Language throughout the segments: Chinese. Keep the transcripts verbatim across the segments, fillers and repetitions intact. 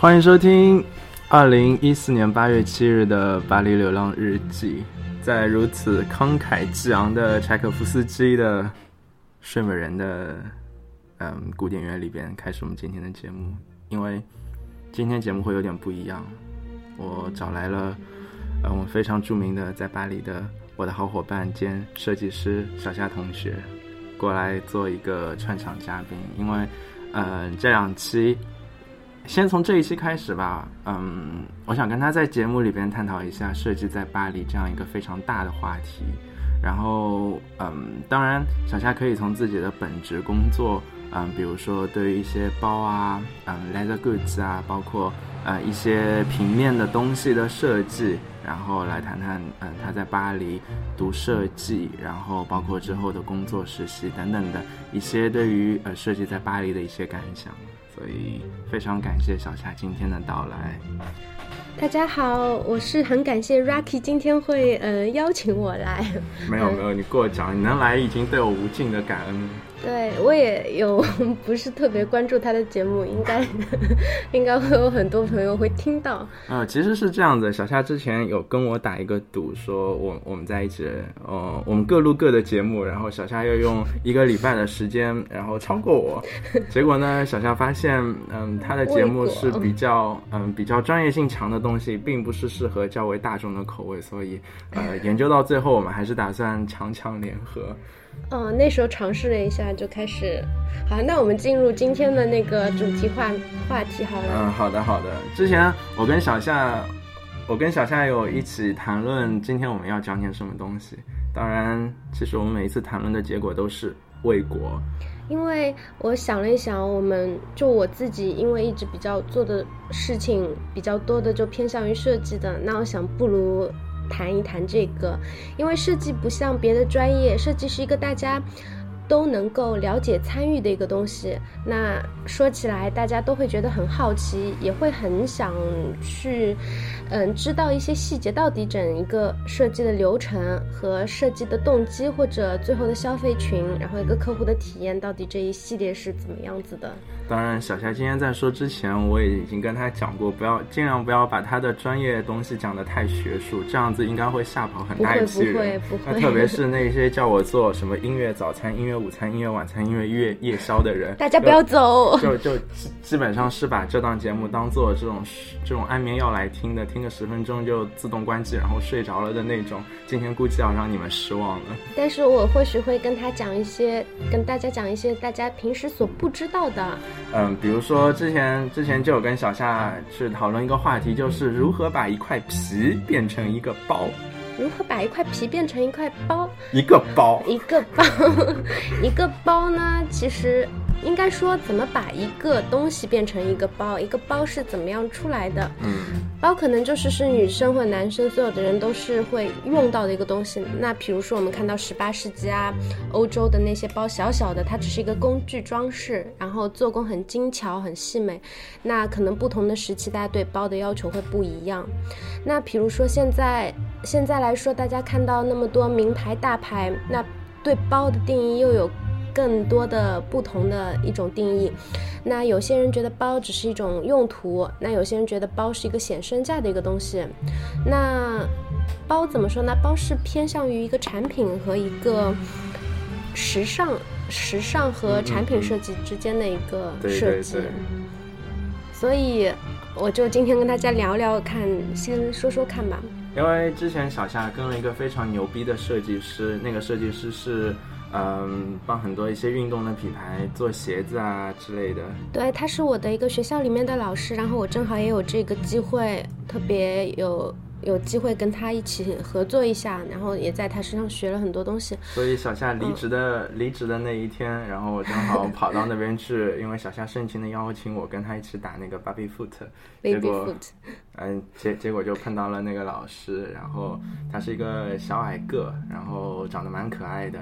欢迎收听二零一四年八月七日的巴黎流浪日记。在如此慷慨激昂的柴可夫斯基的睡美人的嗯古典乐里边开始我们今天的节目。因为今天节目会有点不一样，我找来了呃我们非常著名的在巴黎的我的好伙伴兼设计师小夏同学过来做一个串场嘉宾。因为呃这两期先从这一期开始吧，嗯，我想跟他在节目里边探讨一下设计在巴黎这样一个非常大的话题。然后，嗯，当然，小夏可以从自己的本职工作，嗯，比如说对于一些包啊，嗯 ，leather goods 啊，包括呃一些平面的东西的设计，然后来谈谈，嗯，他在巴黎读设计，然后包括之后的工作实习等等的一些对于呃设计在巴黎的一些感想。所以非常感谢小夏今天的到来。 大家好，我是很感谢 Rocky 今天会呃邀请我来。 没有没有，你过奖，你能来已经对我无尽的感恩了。 对，我也有不是特别关注他的节目，应该应该会有很多朋友会听到。 呃，其实是这样子，小夏之前有跟我打一个赌，说我我们在一起，呃，我们各录各的节目，然后小夏要用一个礼拜的时间，然后超过我。结果呢，小夏发现，嗯，他的节目是比较嗯比较专业性强的东西，并不是适合较为大众的口味，所以呃，研究到最后，我们还是打算强强联合。 哦，那时候尝试了一下就开始。好，那我们进入今天的那个主题话话题好了。 嗯，好的好的。之前我跟小夏我跟小夏有一起谈论今天我们要讲点什么东西。当然其实我们每一次谈论的结果都是为国。 因为我想了一想，我们就我自己因为一直比较做的事情比较多的就偏向于设计的，那我想不如谈一谈这个。因为设计不像别的专业，设计是一个大家都能够了解参与的一个东西，那说起来大家都会觉得很好奇，也会很想去嗯，知道一些细节，到底整一个设计的流程和设计的动机，或者最后的消费群，然后一个客户的体验，到底这一系列是怎么样子的。 当然小夏今天在说之前，我也已经跟他讲过，不要尽量不要把他的专业东西讲得太学术，这样子应该会吓跑很大一批人。 不会不会不会， 那特别是那些叫我做什么音乐早餐、音乐午餐、音乐晚餐、音乐夜夜宵的人， 大家不要走， 就就基本上是把这档节目当做这种这种安眠药来听的，听个十分钟就自动关机然后睡着了的那种。今天估计要让你们失望了。 但是我或许会跟他讲一些，跟大家讲一些大家平时所不知道的。 嗯，比如说之前之前就有跟小夏去讨论一个话题，就是如何把一块皮变成一个包。 如何把一块皮变成一块包？ 一个包， 一个包，一个包呢？其实应该说，怎么把一个东西变成一个包？一个包是怎么样出来的？ 嗯， 包可能就是是女生或男生所有的人都是会用到的一个东西。那比如说我们看到十八世纪啊，欧洲的那些包，小小的，它只是一个工具装饰，然后做工很精巧、很细美。那可能不同的时期，大家对包的要求会不一样。那比如说现在。现在来说，大家看到那么多名牌大牌，那对包的定义又有更多的不同的一种定义。那有些人觉得包只是一种用途，那有些人觉得包是一个显身价的一个东西。那包怎么说呢？包是偏向于一个产品和一个时尚时尚和产品设计之间的一个设计。 对对对。 所以我就今天跟大家聊聊看，先说说看吧。 因为之前小夏跟了一个非常牛逼的设计师，那个设计师是嗯，帮很多一些运动的品牌做鞋子啊之类的。 对，他是我的一个学校里面的老师，然后我正好也有这个机会，特别有有机会跟他一起合作一下，然后也在他身上学了很多东西。 所以小夏离职的、嗯、离职的那一天，然后我正好跑到那边去，因为小夏盛情的邀请我跟他一起打那个 Baby Foot， 结果 Baby Foot， 嗯，结结果就碰到了那个老师，然后他是一个小矮个，然后长得蛮可爱的。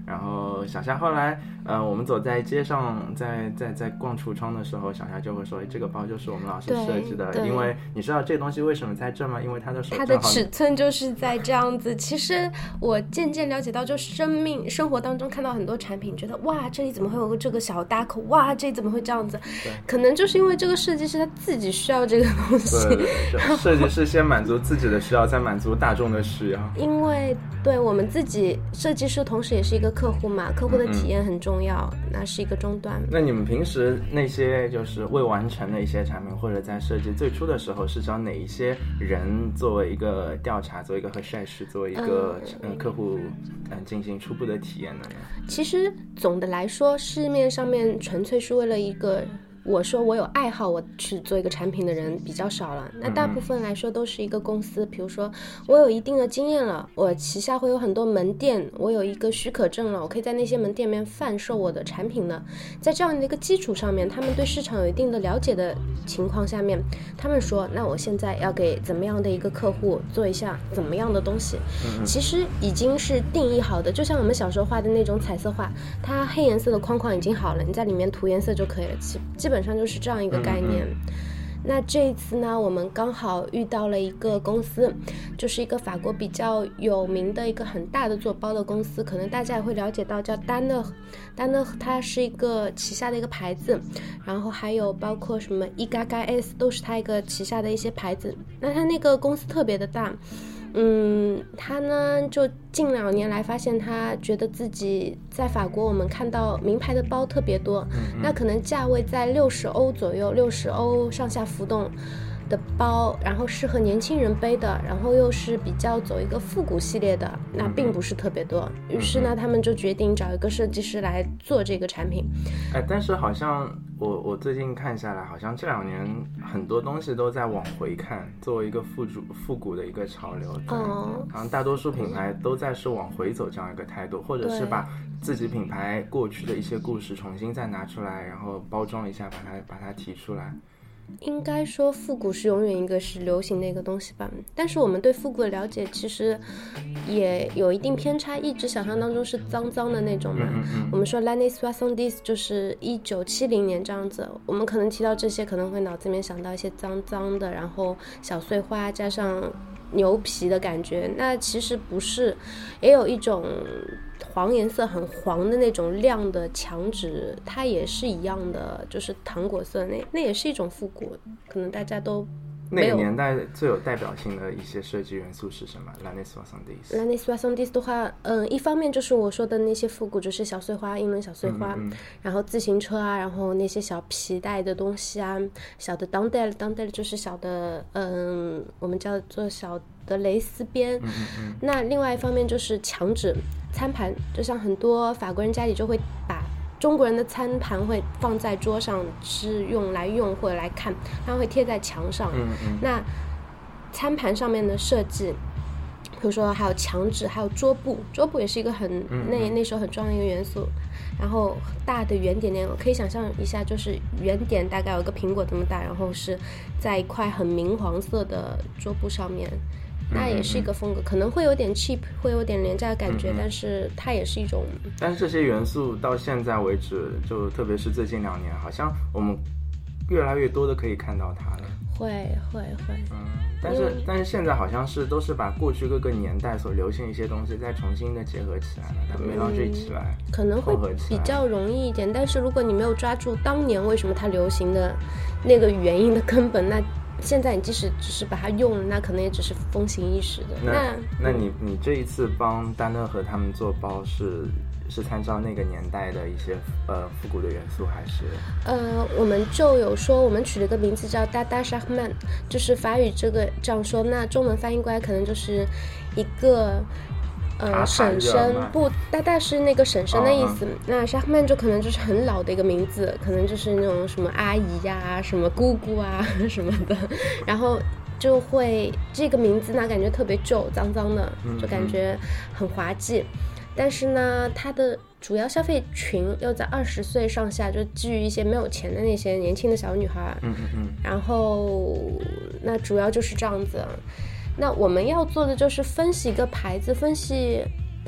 然后小夏后来，呃，我们走在街上，在在在逛橱窗的时候，小夏就会说：“这个包就是我们老师设计的，因为你知道这东西为什么在这吗？因为它的手它的尺寸就是在这样子。”其实我渐渐了解到，就生命生活当中看到很多产品，觉得哇，这里怎么会有个这个小大口？哇，这里怎么会这样子？可能就是因为这个设计师他自己需要这个东西。 对对对，设计师先满足自己的需要，再满足大众的需要。 因为对我们自己设计师，同时也是一个客户嘛，客户的体验很重要，嗯、那是一个终端。 那你们平时那些就是未完成的一些产品，或者在设计最初的时候，是找哪一些人作为一个调查，作为一个核筛师，作为一个、嗯、客户嗯进行初步的体验的呢？ 其实总的来说，市面上面纯粹是为了一个。我说我有爱好我去做一个产品的人比较少了，那大部分来说都是一个公司，比如说我有一定的经验了，我旗下会有很多门店，我有一个许可证了，我可以在那些门店里面贩售我的产品呢。在这样的一个基础上面，他们对市场有一定的了解的情况下面，他们说那我现在要给怎么样的一个客户做一下怎么样的东西，其实已经是定义好的，就像我们小时候画的那种彩色画，它黑颜色的框框已经好了，你在里面涂颜色就可以了，基基本上就是这样一个概念。嗯嗯，那这一次呢，我们刚好遇到了一个公司，就是一个法国比较有名的一个很大的做包的公司，可能大家也会了解到，叫丹乐。丹乐它是一个旗下的一个牌子，然后还有包括什么 E G A G A S 都是它一个旗下的一些牌子。那它那个公司特别的大，嗯，他呢就近两年来发现，他觉得自己在法国我们看到名牌的包特别多，嗯、那可能价位在六十欧左右，六十欧上下浮动的包，然后适合年轻人背的，然后又是比较走一个复古系列的，那并不是特别多。于是呢，他们就决定找一个设计师来做这个产品。 哎，但是好像我我最近看下来，好像这两年很多东西都在往回看，作为一个复古复古的一个潮流。哦，好像大多数品牌都在是往回走这样一个态度，或者是把自己品牌过去的一些故事重新再拿出来，然后包装一下，把它把它提出来。 应该说复古是永远一个是流行的一个东西吧，但是我们对复古的了解其实也有一定偏差，一直想象当中是脏脏的那种嘛。嗯嗯嗯，我们说 l'année soixante-dix 就是一九七零年这样子，我们可能提到这些可能会脑子里面想到一些脏脏的，然后小碎花加上牛皮的感觉，那其实不是，也有一种黄颜色很黄的那种亮的墙纸，它也是一样的，就是糖果色，那那也是一种复古，可能大家都那个年代最有代表性的一些设计元素是什么 ？l'année soixante-dix l'année soixante-dix 的话，嗯，一方面就是我说的那些复古，就是小碎花，英伦小碎花，嗯嗯，然后自行车啊，然后那些小皮带的东西啊，小的 dentelle dentelle 就是小的，嗯，我们叫做小的蕾丝边。嗯嗯嗯，那另外一方面就是墙纸、餐盘，就像很多法国人家里就会把中国人的餐盘会放在桌上，是用来用或者来看，它会贴在墙上。嗯嗯，那餐盘上面的设计，比如说还有墙纸，还有桌布，桌布也是一个很那那时候很重要的一个元素。然后大的圆点点，可以想象一下，就是圆点大概有个苹果这么大，然后是在一块很明黄色的桌布上面。那也是一个风格，可能会有点 cheap， 会有点廉价的感觉，嗯，但是它也是一种。 但是这些元素到现在为止，就特别是最近两年，好像我们越来越多的可以看到它了。 会会会。 嗯，但是但是现在好像是都是把过去各个年代所流行一些东西再重新的结合起来了，它没让这起来， 可能会比较容易一点。但是如果你没有抓住当年为什么它流行的那个原因的根本，那现在你即使只是把它用了，那可能也只是风行一时的。 那那, 那你你这一次帮丹乐和他们做包是是参照那个年代的一些呃复古的元素，还是？ 呃，我们就有说，我们取了个名字叫 Dada Charman， 就是法语这个这样说，那中文翻译过来可能就是一个。呃，婶婶不，大概是那个婶婶的意思。哦，那 Charman 就可能就是很老的一个名字，可能就是那种什么阿姨呀、啊、什么姑姑啊什么的，然后就会这个名字呢，感觉特别旧，脏脏的，就感觉很滑稽。嗯嗯，但是呢，它的主要消费群又在二十岁上下，就基于一些没有钱的那些年轻的小女孩。嗯嗯嗯。然后，那主要就是这样子。那我们要做的就是分析一个牌子，分析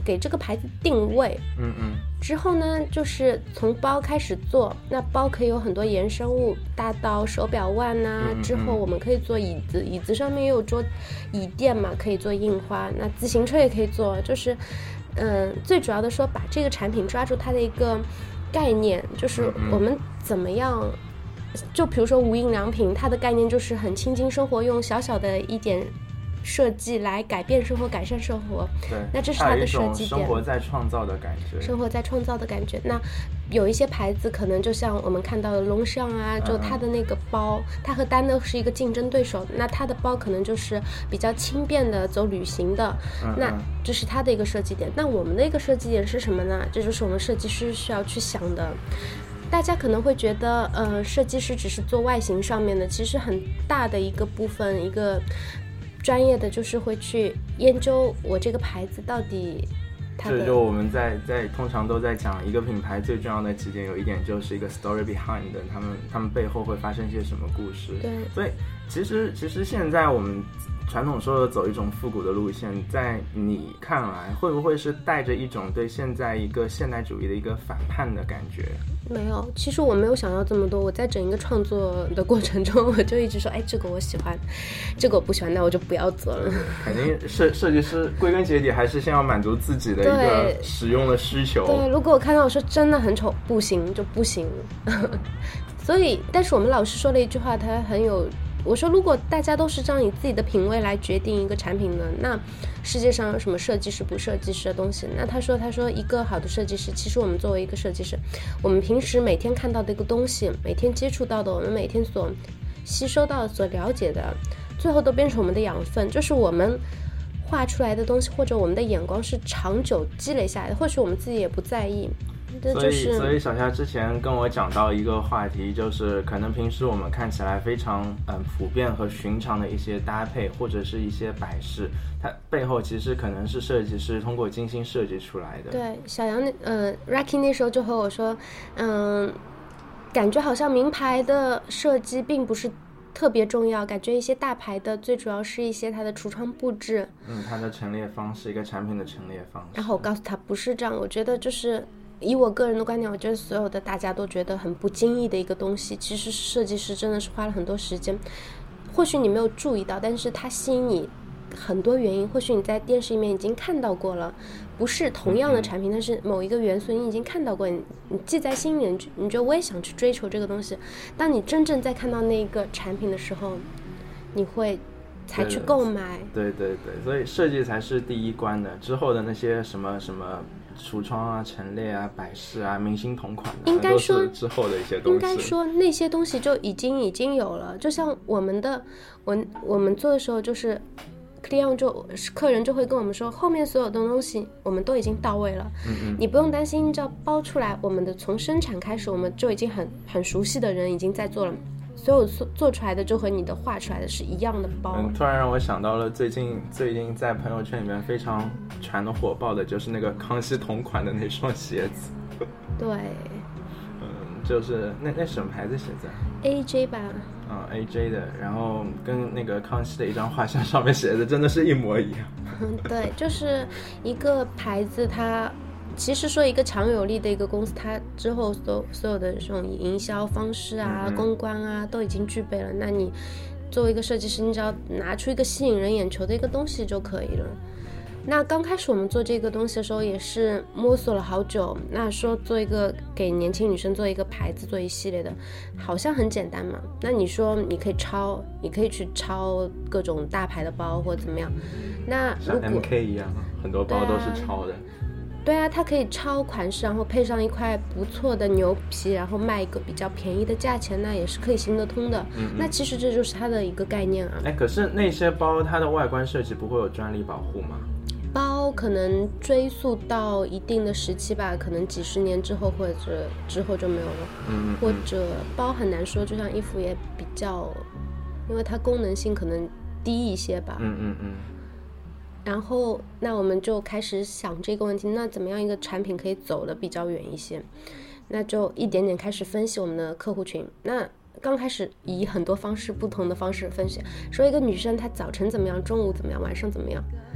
给这个牌子定位。 嗯嗯。 之后呢，就是从包开始做，那包可以有很多衍生物，大到手表腕呐、 嗯嗯。 之后我们可以做椅子，椅子上面也有桌椅垫嘛，可以做印花。那自行车也可以做，就是，嗯、呃，最主要的说把这个产品抓住它的一个概念，就是我们怎么样。嗯嗯，就比如说无印良品，它的概念就是很亲近生活，用小小的一点设计来改变生活，改善生活。 对， 那这是它的设计点， 生活在创造的感觉， 生活在创造的感觉。那有一些牌子可能就像我们看到的龙象啊，就它的那个包，嗯嗯，它和丹乐是一个竞争对手，那它的包可能就是比较轻便的，走旅行的。嗯嗯，那这是它的一个设计点。那我们的一个设计点是什么呢？这就是我们设计师需要去想的。大家可能会觉得，呃，设计师只是做外形上面的，其实很大的一个部分，一个专业的就是会去研究我这个牌子到底它的。 这就我们在在通常都在讲一个品牌最重要的几点，有一点就是一个 story behind， 他们他们背后会发生些什么故事。 对， 所以其实其实现在我们传统说的走一种复古的路线，在你看来会不会是带着一种对现在一个现代主义的一个反叛的感觉？ 没有，其实我没有想到这么多。我在整一个创作的过程中，我就一直说，哎，这个我喜欢，这个我不喜欢，那我就不要做了。 肯定设设计师归根结底还是先要满足自己的一个使用的需求。 对，如果我看到我说真的很丑，不行就不行。所以，但是我们老师说了一句话，他很有。我说如果大家都是这样以自己的品味来决定一个产品呢，那世界上有什么设计师不设计师的东西？那他说他说一个好的设计师，其实我们作为一个设计师，我们平时每天看到的一个东西，每天接触到的，我们每天所吸收到的，所了解的，最后都变成我们的养分，就是我们画出来的东西，或者我们的眼光是长久积累下来的，或许我们自己也不在意。 所以，所以小夏之前跟我讲到一个话题，就是可能平时我们看起来非常嗯普遍和寻常的一些搭配，或者是一些摆饰，它背后其实可能是设计师通过精心设计出来的。 对，小杨那呃 Raki 那时候就和我说，嗯，感觉好像名牌的设计并不是特别重要，感觉一些大牌的最主要是一些它的橱窗布置， 嗯，它的陈列方式，一个产品的陈列方式。 然后我告诉他不是这样，我觉得就是以我个人的观点，我觉得所有的大家都觉得很不经意的一个东西，其实设计师真的是花了很多时间，或许你没有注意到，但是它吸引你很多原因，或许你在电视里面已经看到过了，不是同样的产品，但是某一个元素你已经看到过，你你记在心里，你觉得我也想去追求这个东西，当你真正在看到那个产品的时候，你会才去购买。 对对对，所以设计才是第一关的，之后的那些什么什么橱窗啊、陈列啊、摆饰啊、明星同款的， 应该说都是之后的一些东西。 应该说那些东西就已经已经有了，就像我们的我我们做的时候，就是client就客人就会跟我们说，后面所有的东西我们都已经到位了，嗯嗯，你不用担心，只要包出来，我们的从生产开始，我们就已经很很熟悉的人已经在做了。所有做出来的就和你的画出来的是一样的包。 嗯，突然让我想到了最近最近在朋友圈里面非常传的火爆的，就是那个康熙同款的那双鞋子。 对， 嗯，就是那那什么牌子鞋子 ？A J 吧。 嗯 ，A J 的，然后跟那个康熙的一张画像上面写的真的是一模一样。 嗯，对，就是一个牌子它。其实说一个强有力的一个公司，它之后所所有的这种营销方式啊、嗯、公关啊都已经具备了，那你作为一个设计师，你只要拿出一个吸引人眼球的一个东西就可以了。那刚开始我们做这个东西的时候也是摸索了好久，那说做一个给年轻女生做一个牌子，做一系列的好像很简单嘛，那你说你可以抄，你可以去抄各种大牌的包或怎么样，那如果像 M K 一样很多包都是抄的。 对啊，它可以抄款式，然后配上一块不错的牛皮，然后卖一个比较便宜的价钱，那也是可以行得通的。嗯嗯，那其实这就是它的一个概念啊。 哎，可是那些包它的外观设计不会有专利保护吗？ 包可能追溯到一定的时期吧，可能几十年之后或者之后就没有了。嗯, 嗯, 嗯，或者包很难说，就像衣服也比较，因为它功能性可能低一些吧。嗯嗯嗯。然后那我们就开始想这个问题，那怎么样一个产品可以走得比较远一些，那就一点点开始分析我们的客户群。那刚开始以很多方式不同的方式分析，说一个女生她早晨怎么样，中午怎么样，晚上怎么样，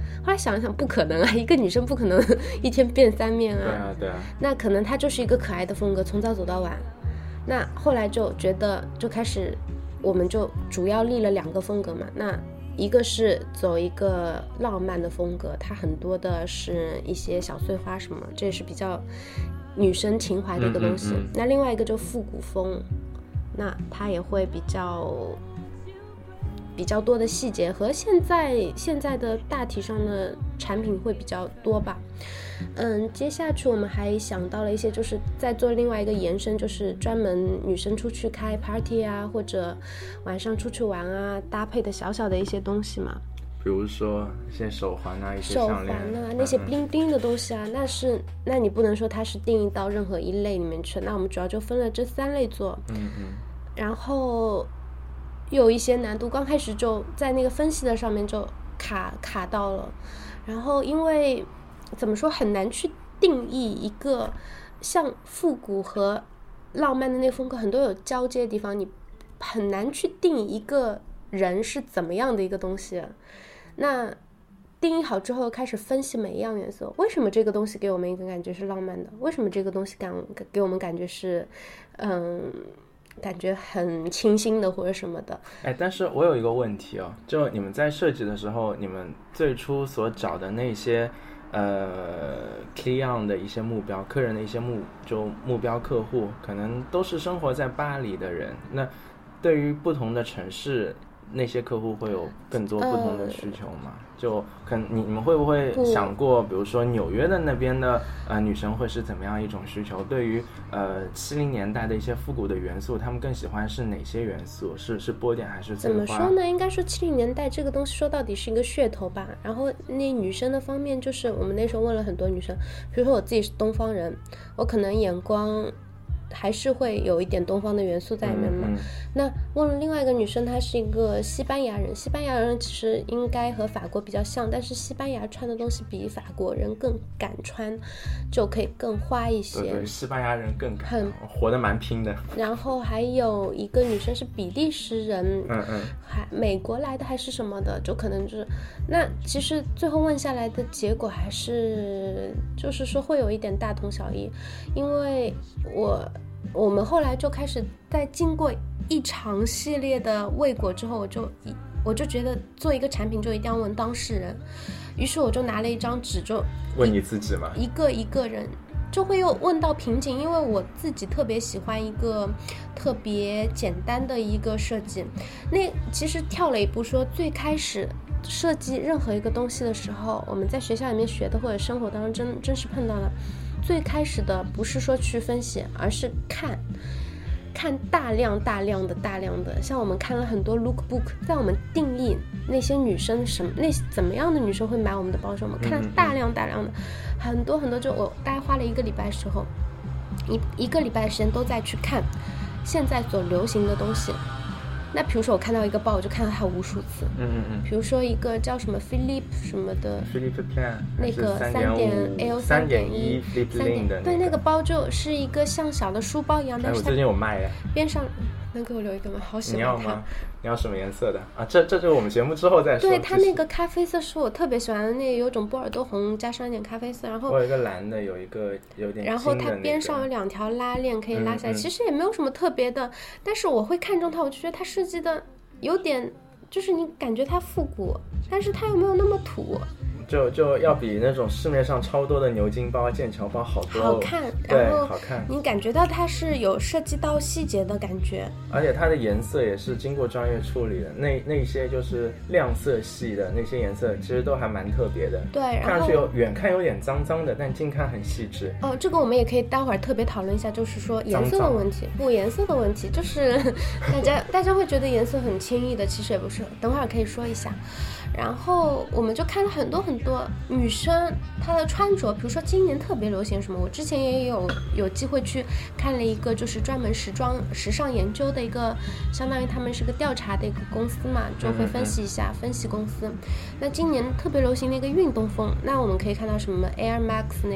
后来想一想，不可能啊，一个女生不可能一天变三面啊。 对啊，对啊。 那可能她就是一个可爱的风格，从早走到晚。那后来就觉得，就开始，我们就主要立了两个风格嘛。那一个是走一个浪漫的风格，它很多的是一些小碎花什么，这也是比较女生情怀的一个东西。嗯嗯嗯。那另外一个就复古风，那它也会比较比较多的细节，和现在现在的大体上的产品会比较多吧。嗯，接下去我们还想到了一些，就是在做另外一个延伸，就是专门女生出去开 party 啊，或者晚上出去玩啊，搭配的小小的一些东西嘛。 比如说一些手环啊，一些手项链环啊，那些 bling bling 的东西啊，嗯、那是那你不能说它是定义到任何一类里面去，那我们主要就分了这三类做。 嗯嗯。 然后有一些难度，刚开始就在那个分析的上面就卡卡到了，然后因为怎么说很难去定义一个像复古和浪漫的那风格很多有交接的地方，你很难去定义一个人是怎么样的一个东西。那定义好之后开始分析每一样元素，为什么这个东西给我们一个感觉是浪漫的，为什么这个东西感给我们感觉是嗯感觉很清新的或者什么的。 哎，但是我有一个问题哦，就你们在设计的时候，你们最初所找的那些呃 client 的一些目标客人的一些目就目标客户，可能都是生活在巴黎的人，那对于不同的城市那些客户会有更多不同的需求吗？呃、就可能你你们会不会想过，比如说纽约的那边的呃女生会是怎么样一种需求？对于呃七零年代的一些复古的元素，他们更喜欢是哪些元素？是是波点还是碎花？ 怎么说呢？应该说七零年代这个东西说到底是一个噱头吧。然后那女生的方面，就是我们那时候问了很多女生，比如说我自己是东方人，我可能眼光还是会有一点东方的元素在里面嘛。嗯嗯、那问了另外一个女生，她是一个西班牙人，西班牙人其实应该和法国比较像，但是西班牙穿的东西比法国人更敢穿，就可以更花一些。 对对，西班牙人更很活得蛮拼的。 然后还有一个女生是比利时人， 嗯嗯， 还美国来的还是什么的，就可能就是那其实最后问下来的结果还是就是说会有一点大同小异，因为我。我们后来就开始在经过一长系列的未果之后，我就我就觉得做一个产品就一定要问当事人，于是我就拿了一张纸，就问你自己嘛， 一个一个人就会又问到瓶颈，因为我自己特别喜欢一个特别简单的一个设计。那其实跳了一步说，最开始设计任何一个东西的时候，我们在学校里面学的或者生活当中真真实碰到的，最开始的不是说去分析，而是看看大量大量的大量的，像我们看了很多 lookbook， 在我们定义那些女生什么那怎么样的女生会买我们的包的时候，我们看了大量大量的很多很多，就我大概花了一个礼拜的时候，一一个礼拜的时间都在去看现在所流行的东西。那比如说我看到一个包，我就看到它无数次。 嗯嗯嗯。 比如说一个叫什么 Philippe 什么的 Philippe Plein 那个三点 L 三点一 Philippe Plein 的、那個、 对，那个包就是一个像小的书包一样，但是它我最近有卖呀。 边上能给我留一个吗？好喜欢它。 你要吗？你要什么颜色的啊？这这就是我们节目之后再说。 对，它那个咖啡色是我特别喜欢的，那个有种波尔多红加上一点咖啡色，然后我有一个蓝的，有一个有点、那個。 然后它边上有两条拉链可以拉下来，嗯嗯、其实也没有什么特别的，但是我会看中它，我就觉得它设计的有点，就是你感觉它复古，但是它又没有那么土。 就就要比那种市面上超多的牛津包、剑桥包好多， 好看， 对， 然后好看。 你感觉到它是有涉及到细节的感觉， 而且它的颜色也是经过专业处理的。那那些就是亮色系的那些颜色，其实都还蛮特别的。 对，然后看上去有远看有点脏脏的，但近看很细致。 哦，这个我们也可以待会儿特别讨论一下，就是说颜色的问题，不颜色的问题，就是大家大家会觉得颜色很轻易的，其实也不是。等会儿可以说一下。然后我们就看了很多很多女生她的穿着，比如说今年特别流行什么，我之前也有有机会去看了一个就是专门时装时尚研究的一个，相当于他们是个调查的一个公司嘛，就会分析一下分析公司。那今年特别流行那个运动风，那我们可以看到什么 Air Max 那个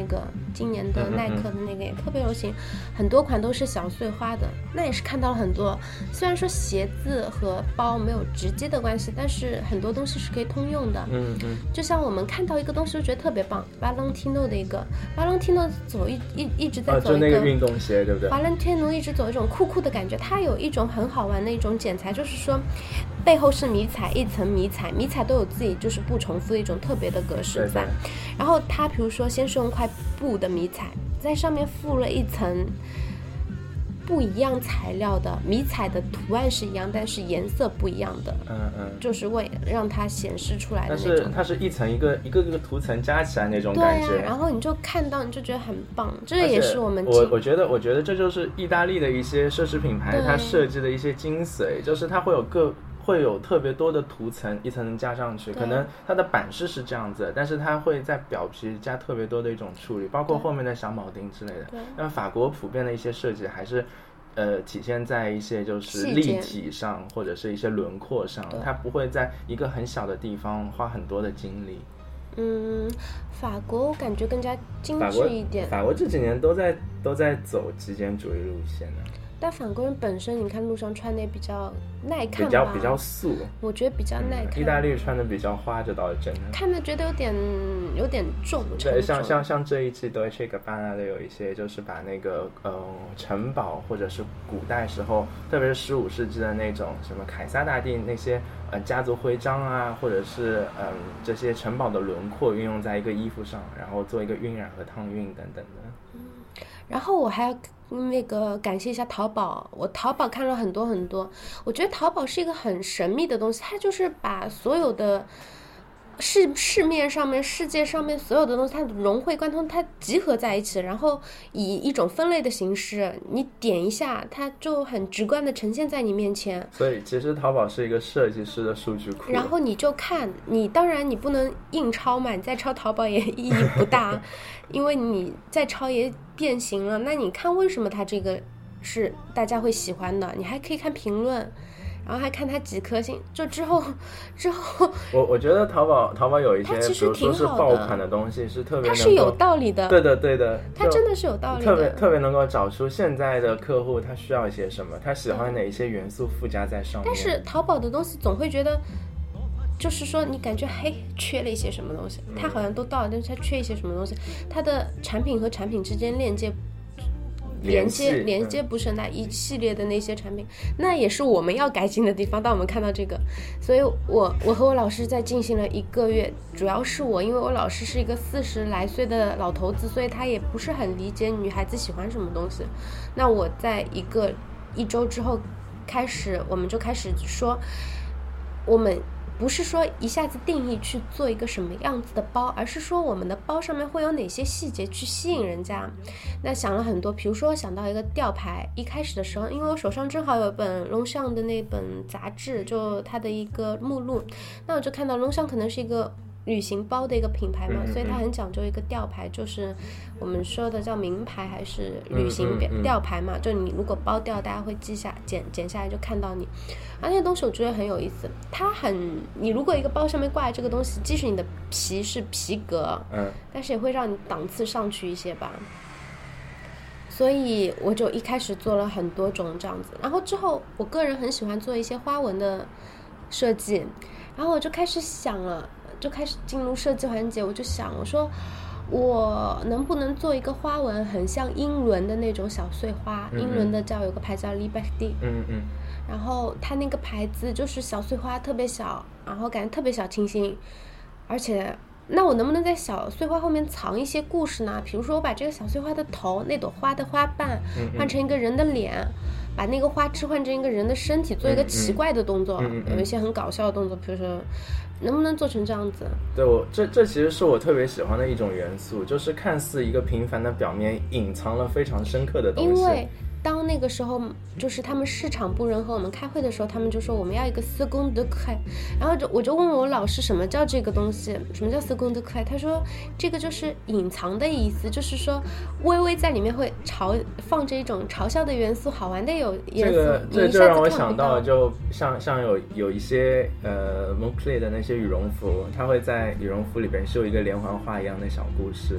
今年的耐克的那个也特别流行，很多款都是小碎花的，那也是看到了很多。虽然说鞋子和包没有直接的关系，但是很多东西是可以通用的。 嗯嗯， 就像我们看到一个东西就觉得特别棒 ，Valentino 的一个 Valentino 走一一一直在走一个、 哦、就那个运动鞋，对不对 ？Valentino 一直走一种酷酷的感觉，它有一种很好玩的一种剪裁，就是说背后是迷彩，一层迷彩，迷彩都有自己就是不重复的一种特别的格式在。然后它比如说先是用块布的迷彩，在上面附了一层不一样材料的迷彩的图案是一样，但是颜色不一样的。 嗯嗯， 就是为让它显示出来的那种。 但是它是一层一个一个一个图层加起来那种感觉。 对啊，然后你就看到你就觉得很棒，这也是我们我我觉得我觉得这就是意大利的一些奢侈品牌它设计的一些精髓，就是它会有各会有特别多的图层一层层加上去，可能它的版式是这样子，但是它会在表皮加特别多的一种处理，包括后面的小铆钉之类的。但法国普遍的一些设计还是呃体现在一些就是立体上或者是一些轮廓上，它不会在一个很小的地方花很多的精力。 嗯，法国我感觉更加精致一点。 法国, 法国这几年都在都在走极简主义路线的。 但法国人本身，你看路上穿的也比较耐看吧， 比较比较素， 我觉得比较耐看。 嗯、意大利穿的比较花，这倒是真的。 看的觉得有点有点重。 对，像像像这一季 Dolce Gabbana 的有一些，就是把那个呃城堡或者是古代时候，特别是十五世纪的那种什么凯撒大帝那些呃家族徽章啊，或者是嗯、呃、这些城堡的轮廓运用在一个衣服上，然后做一个晕染和烫晕等等的。 嗯，然后我还要那个感谢一下淘宝，我淘宝看了很多很多，我觉得淘宝是一个很神秘的东西，它就是把所有的市市面上面世界上面所有的东西它融会贯通，它集合在一起，然后以一种分类的形式，你点一下它就很直观的呈现在你面前。 所以其实淘宝是一个设计师的数据库， 然后你就看，你当然你不能硬抄嘛，你再抄淘宝也意义不大因为你再抄也变形了，那你看为什么它这个是大家会喜欢的，你还可以看评论，然后还看它几颗星，就之后之后我我觉得淘宝淘宝有一些它其实挺好的， 比如说是爆款的东西是特别能够， 它是有道理的， 对的对的， 它真的是有道理的， 特别特别能够找出现在的客户他需要一些什么，他喜欢哪一些元素附加在上面。 但是淘宝的东西总会觉得就是说你感觉嘿缺了一些什么东西，它好像都到了，但是它缺一些什么东西，它的产品和产品之间链接连接连接不是那一系列的那些产品，那也是我们要改进的地方。当我们看到这个，所以我我和我老师在进行了一个月，主要是我因为我老师是一个四十来岁的老头子，所以他也不是很理解女孩子喜欢什么东西。那我在一个一周之后开始，我们就开始说，我们不是说一下子定义去做一个什么样子的包，而是说我们的包上面会有哪些细节去吸引人家。那想了很多，比如说想到一个吊牌，一开始的时候因为我手上正好有一本龙象的那本杂志，就它的一个目录，那我就看到龙象可能是一个旅行包的一个品牌嘛，所以它很讲究一个吊牌，就是我们说的叫名牌还是旅行吊牌嘛，就你如果包掉大家会记下剪剪下来就看到你。而那些东西我觉得很有意思，它很，你如果一个包上面挂着这个东西，即使你的皮是皮革，嗯，但是也会让你档次上去一些吧。所以我就一开始做了很多种这样子，然后之后我个人很喜欢做一些花纹的设计，然后我就开始想了，就开始进入设计环节，我就想，我说我能不能做一个花纹很像英伦的那种小碎花，嗯嗯英伦的叫有个牌子叫 Liberty， 嗯嗯，然后它那个牌子就是小碎花特别小，然后感觉特别小清新，而且那我能不能在小碎花后面藏一些故事呢？比如说我把这个小碎花的头，那朵花的花瓣换成一个人的脸，嗯嗯把那个花枝换成一个人的身体，做一个奇怪的动作，嗯嗯嗯有一些很搞笑的动作，比如说能不能做成这样子？ 对，我这这其实是我特别喜欢的一种元素，就是看似一个平凡的表面隐藏了非常深刻的东西。 因为当那个时候就是他们市场部人和我们开会的时候，他们就说我们要一个 second cry， 然后就我就问我老师什么叫这个东西，什么叫 second cry， 他说这个就是隐藏的意思，就是说微微在里面会嘲放着一种嘲笑的元素，好玩的有元素。 这个这就让我想到，就像像有有一些呃 Moncler 的那些羽绒服，它会在羽绒服里边绣一个连环画一样的小故事。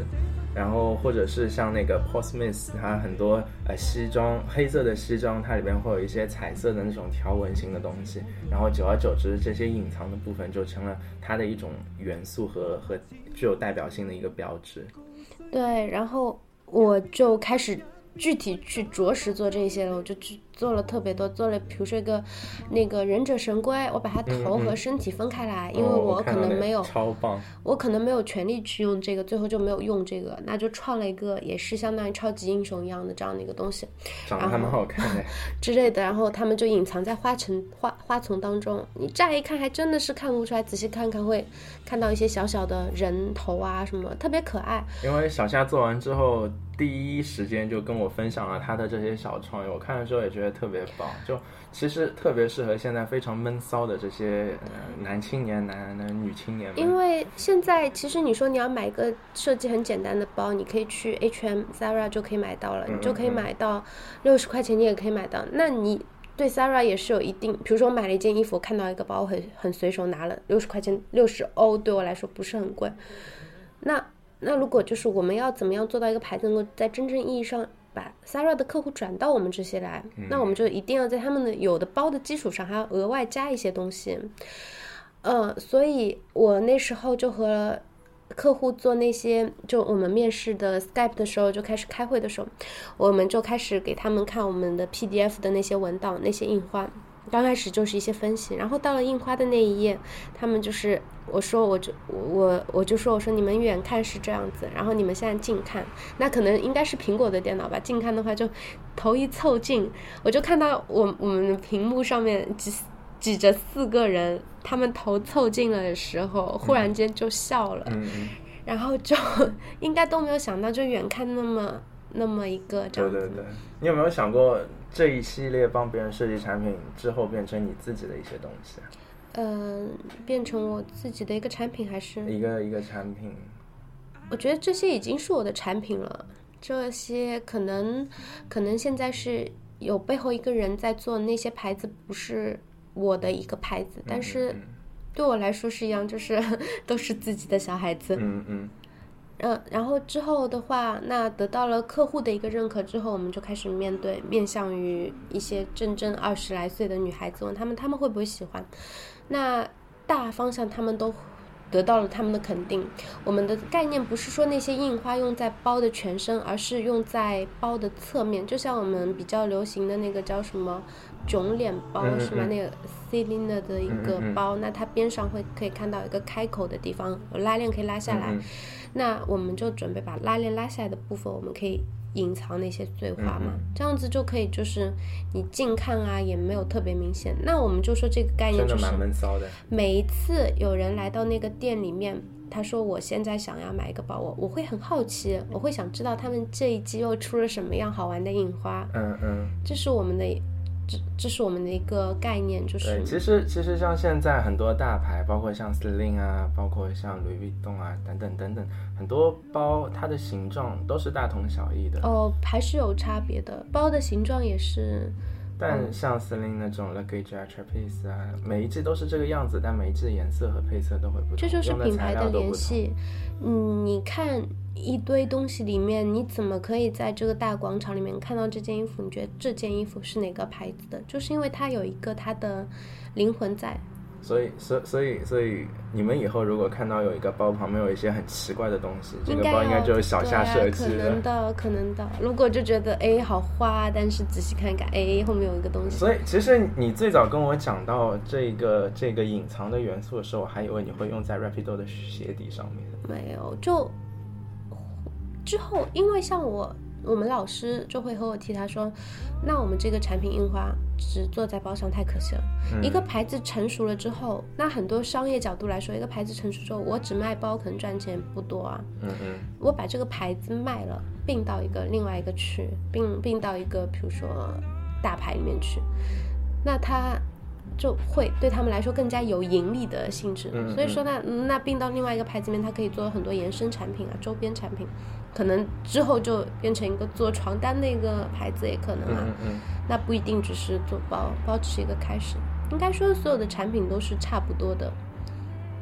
然后或者是像那个 Paul Smith， 它很多呃西装，黑色的西装，它里边会有一些彩色的那种条纹型的东西，然后久而久之，这些隐藏的部分就成了它的一种元素和和具有代表性的一个标志。 对，然后我就开始具体去着实做这些了，我就去做了特别多，做了比如说一个那个忍者神龟，我把它头和身体分开来， 嗯嗯因为我可能没有、 哦、超棒， 我可能没有权利去用这个，最后就没有用这个，那就创了一个也是相当于超级英雄一样的这样的一个东西， 长得还蛮好看的之类的，然后他们就隐藏在花丛花花丛当中，你乍一看还真的是看不出来，仔细看看会看到一些小小的人头啊什么，特别可爱。 因为小夏做完之后第一时间就跟我分享了他的这些小创意，我看的时候也觉得特别棒，就其实特别适合现在非常闷骚的这些、呃、男青年男男女青年们。 因为现在其实你说你要买一个设计很简单的包，你可以去 H and M、Zara 就可以买到了， 嗯嗯嗯， 你就可以买到六十块钱你也可以买到，那你对 Zara 也是有一定，比如说我买了一件衣服，我看到一个包很很随手拿了六十块钱，六十欧对我来说不是很贵，那那如果就是我们要怎么样做到一个牌子能够在真正意义上把 Zara 的客户转到我们这些来、嗯、那我们就一定要在他们的有的包的基础上还要额外加一些东西，呃，所以我那时候就和客户做那些，就我们面试的 Skype 的时候就开始开会的时候，我们就开始给他们看我们的 P D F 的那些文档那些印花，刚开始就是一些分析，然后到了印花的那一页，他们就是我说我就我我就说我说你们远看是这样子，然后你们现在近看，那可能应该是苹果的电脑吧，近看的话就头一凑近，我就看到我我们的屏幕上面挤挤着四个人，他们头凑近了的时候，忽然间就笑了， 嗯嗯， 然后就应该都没有想到就远看那么那么一个这样子。 对对对，你有没有想过这一系列帮别人设计产品之后变成你自己的一些东西？ 嗯、呃，变成我自己的一个产品还是一个一个产品？ 我觉得这些已经是我的产品了，这些可能可能现在是有背后一个人在做，那些牌子不是我的一个牌子，但是对我来说是一样，就是都是自己的小孩子。 嗯嗯。 嗯，然后之后的话，那得到了客户的一个认可之后，我们就开始面对面向于一些真正二十来岁的女孩子，问他们他们会不会喜欢。那大方向他们都得到了他们的肯定。我们的概念不是说那些印花用在包的全身，而是用在包的侧面，就像我们比较流行的那个叫什么囧脸包、嗯、是吗？那个 Celine 的一个包、嗯、那它边上会可以看到一个开口的地方，有拉链可以拉下来、嗯、那我们就准备把拉链拉下来的部分我们可以隐藏那些碎花嘛、嗯、这样子就可以就是你近看啊也没有特别明显。那我们就说这个概念就是真的蛮闷骚的， 每一次有人来到那个店里面，他说我现在想要买一个包，我我会很好奇，我会想知道他们这一季又出了什么样好玩的印花。 嗯嗯， 这是我们的这这是我们的一个概念，就是对，其实其实像现在很多大牌，包括像 Celine 啊，包括像 Louis Vuitton 啊，等等等等，很多包它的形状都是大同小异的。 哦，还是有差别的，包的形状也是。 但像 Celine 那种 Luggage 啊 Trapeze 啊，每一季都是这个样子，但每一季的颜色和配色都会不同， 这就是品牌的联系。嗯，你看一堆东西里面，你怎么可以在这个大广场里面看到这件衣服？你觉得这件衣服是哪个牌子的？就是因为它有一个它的灵魂在。 所以，所所以，所以，你们以后如果看到有一个包旁边有一些很奇怪的东西，这个包应该就是小夏设计的。 可能的，可能的。如果就觉得哎好花，但是仔细看看，哎后面有一个东西。 所以，其实你最早跟我讲到这个这个隐藏的元素的时候，我还以为你会用在 Rapido 的鞋底上面。 没有，就之后因为像我。我们老师就会和我提，他说那我们这个产品印花只做在包上太可惜了、嗯、一个牌子成熟了之后，那很多商业角度来说，一个牌子成熟之后我只卖包可能赚钱不多啊。 嗯嗯， 我把这个牌子卖了，并到一个另外一个区，并并到一个比如说大牌里面去，那它就会对他们来说更加有盈利的性质、嗯嗯、所以说那那并到另外一个牌子里面，它可以做很多延伸产品啊，周边产品，可能之后就变成一个做床单的一个牌子也可能啊。 嗯嗯， 那不一定只是做包，包只是一个开始。应该说所有的产品都是差不多的。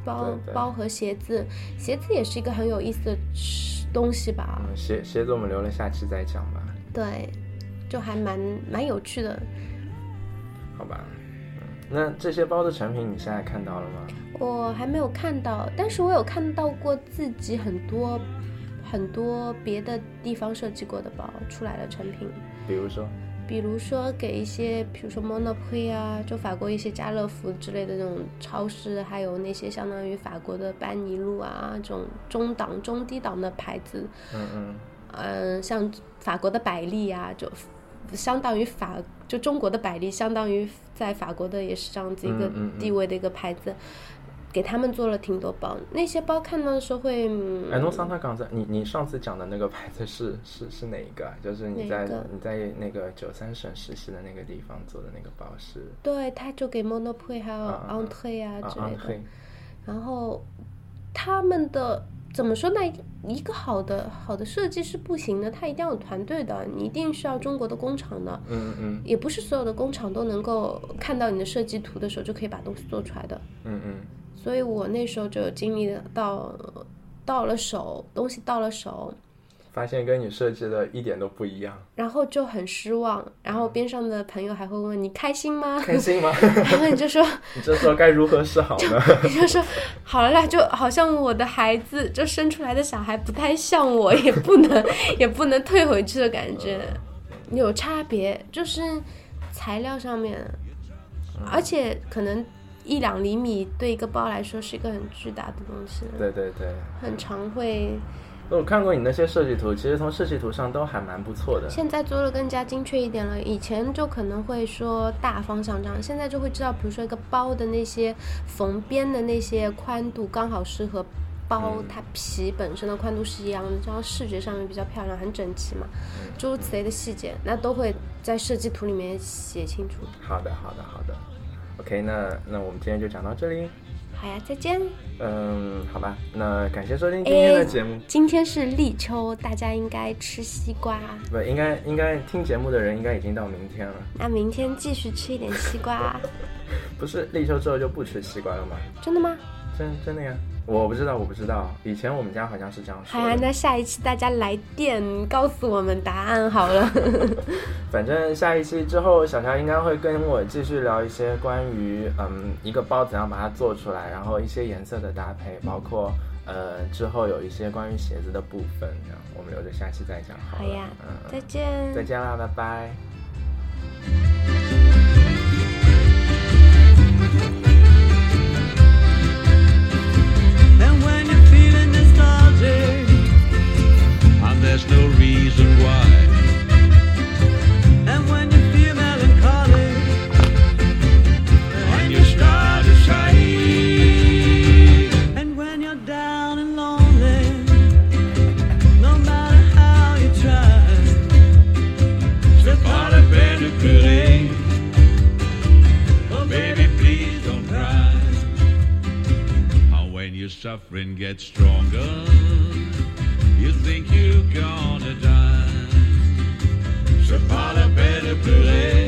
包对对包和鞋子，鞋子也是一个很有意思的东西吧。 嗯、鞋鞋子我们留了下期再讲吧。 对，就还蛮蛮有趣的。 好吧，嗯，那这些包的成品你现在看到了吗？ 我还没有看到，但是我有看到过自己很多很多别的地方设计过的包出来的成品。 比如说比如说给一些，比如说 Monoprix 啊，就法国一些家乐福之类的那种超市，还有那些相当于法国的班尼路啊，这种中档、中低档的牌子， 嗯嗯， 嗯、呃，像法国的百丽啊，就相当于法，就中国的百丽，相当于在法国的也是这样子一个地位的一个牌子。嗯嗯嗯，给他们做了挺多包，那些包看到的时候会， 哎，诺桑塔港在你你上次讲的那个牌子是是是哪一个、啊？就是你在你在那个九三省实习的那个地方做的那个包是？ 对，他就给 Monoprix 还有 Entrée 啊之类的、啊啊、然后他们的怎么说呢？一个好的好的设计是不行的，他一定要有团队的，你一定是要中国的工厂的， 嗯嗯， 也不是所有的工厂都能够看到你的设计图的时候就可以把东西做出来的， 嗯嗯。 所以我那时候就有经历到到了手，东西到了手， 发现跟你设计的一点都不一样， 然后就很失望，然后边上的朋友还会问你开心吗？ 开心吗？ 然后你就说你这时候该如何是好呢？ 你就说好了啦，就好像我的孩子，就生出来的小孩不太像我，也不能也不能退回去的感觉，有差别，就是材料上面，而且可能一两厘米对一个包来说是一个很巨大的东西。 对对对， 很常会。 我看过你那些设计图，其实从设计图上都还蛮不错的。 现在做的更加精确一点了，以前就可能会说大方向这样，现在就会知道，比如说一个包的那些缝边的那些宽度刚好适合包它皮本身的宽度是一样的，这样视觉上面比较漂亮，很整齐嘛。诸如此类的细节，那都会在设计图里面写清楚。 好的，好的，好的。OK， 那那我们今天就讲到这里。 好呀，再见。 嗯，好吧，那感谢收听今天的节目。 今天是立秋，大家应该吃西瓜。 不，应该应该听节目的人应该已经到明天了。 那明天继续吃一点西瓜。 不是立秋之后就不吃西瓜了吗？ 真的吗？ 真真的呀。我不知道，我不知道。以前我们家好像是这样说的。 好呀，那下一期大家来电告诉我们答案好了。 反正下一期之后，小乔应该会跟我继续聊一些关于嗯一个包怎样把它做出来，然后一些颜色的搭配，包括呃之后有一些关于鞋子的部分，这样我们留着下期再讲好了。 好呀，嗯，再见。 再见啦，拜拜。 And there's no reason why. And when you feel melancholy, and you start to sigh, and when you're down and lonely, no matter how you try, c'est pas la peine de pleurer. Oh baby, please don't cry. And when your suffering gets stronger, you think you're gonna die. C'est pas la peine de pleurer.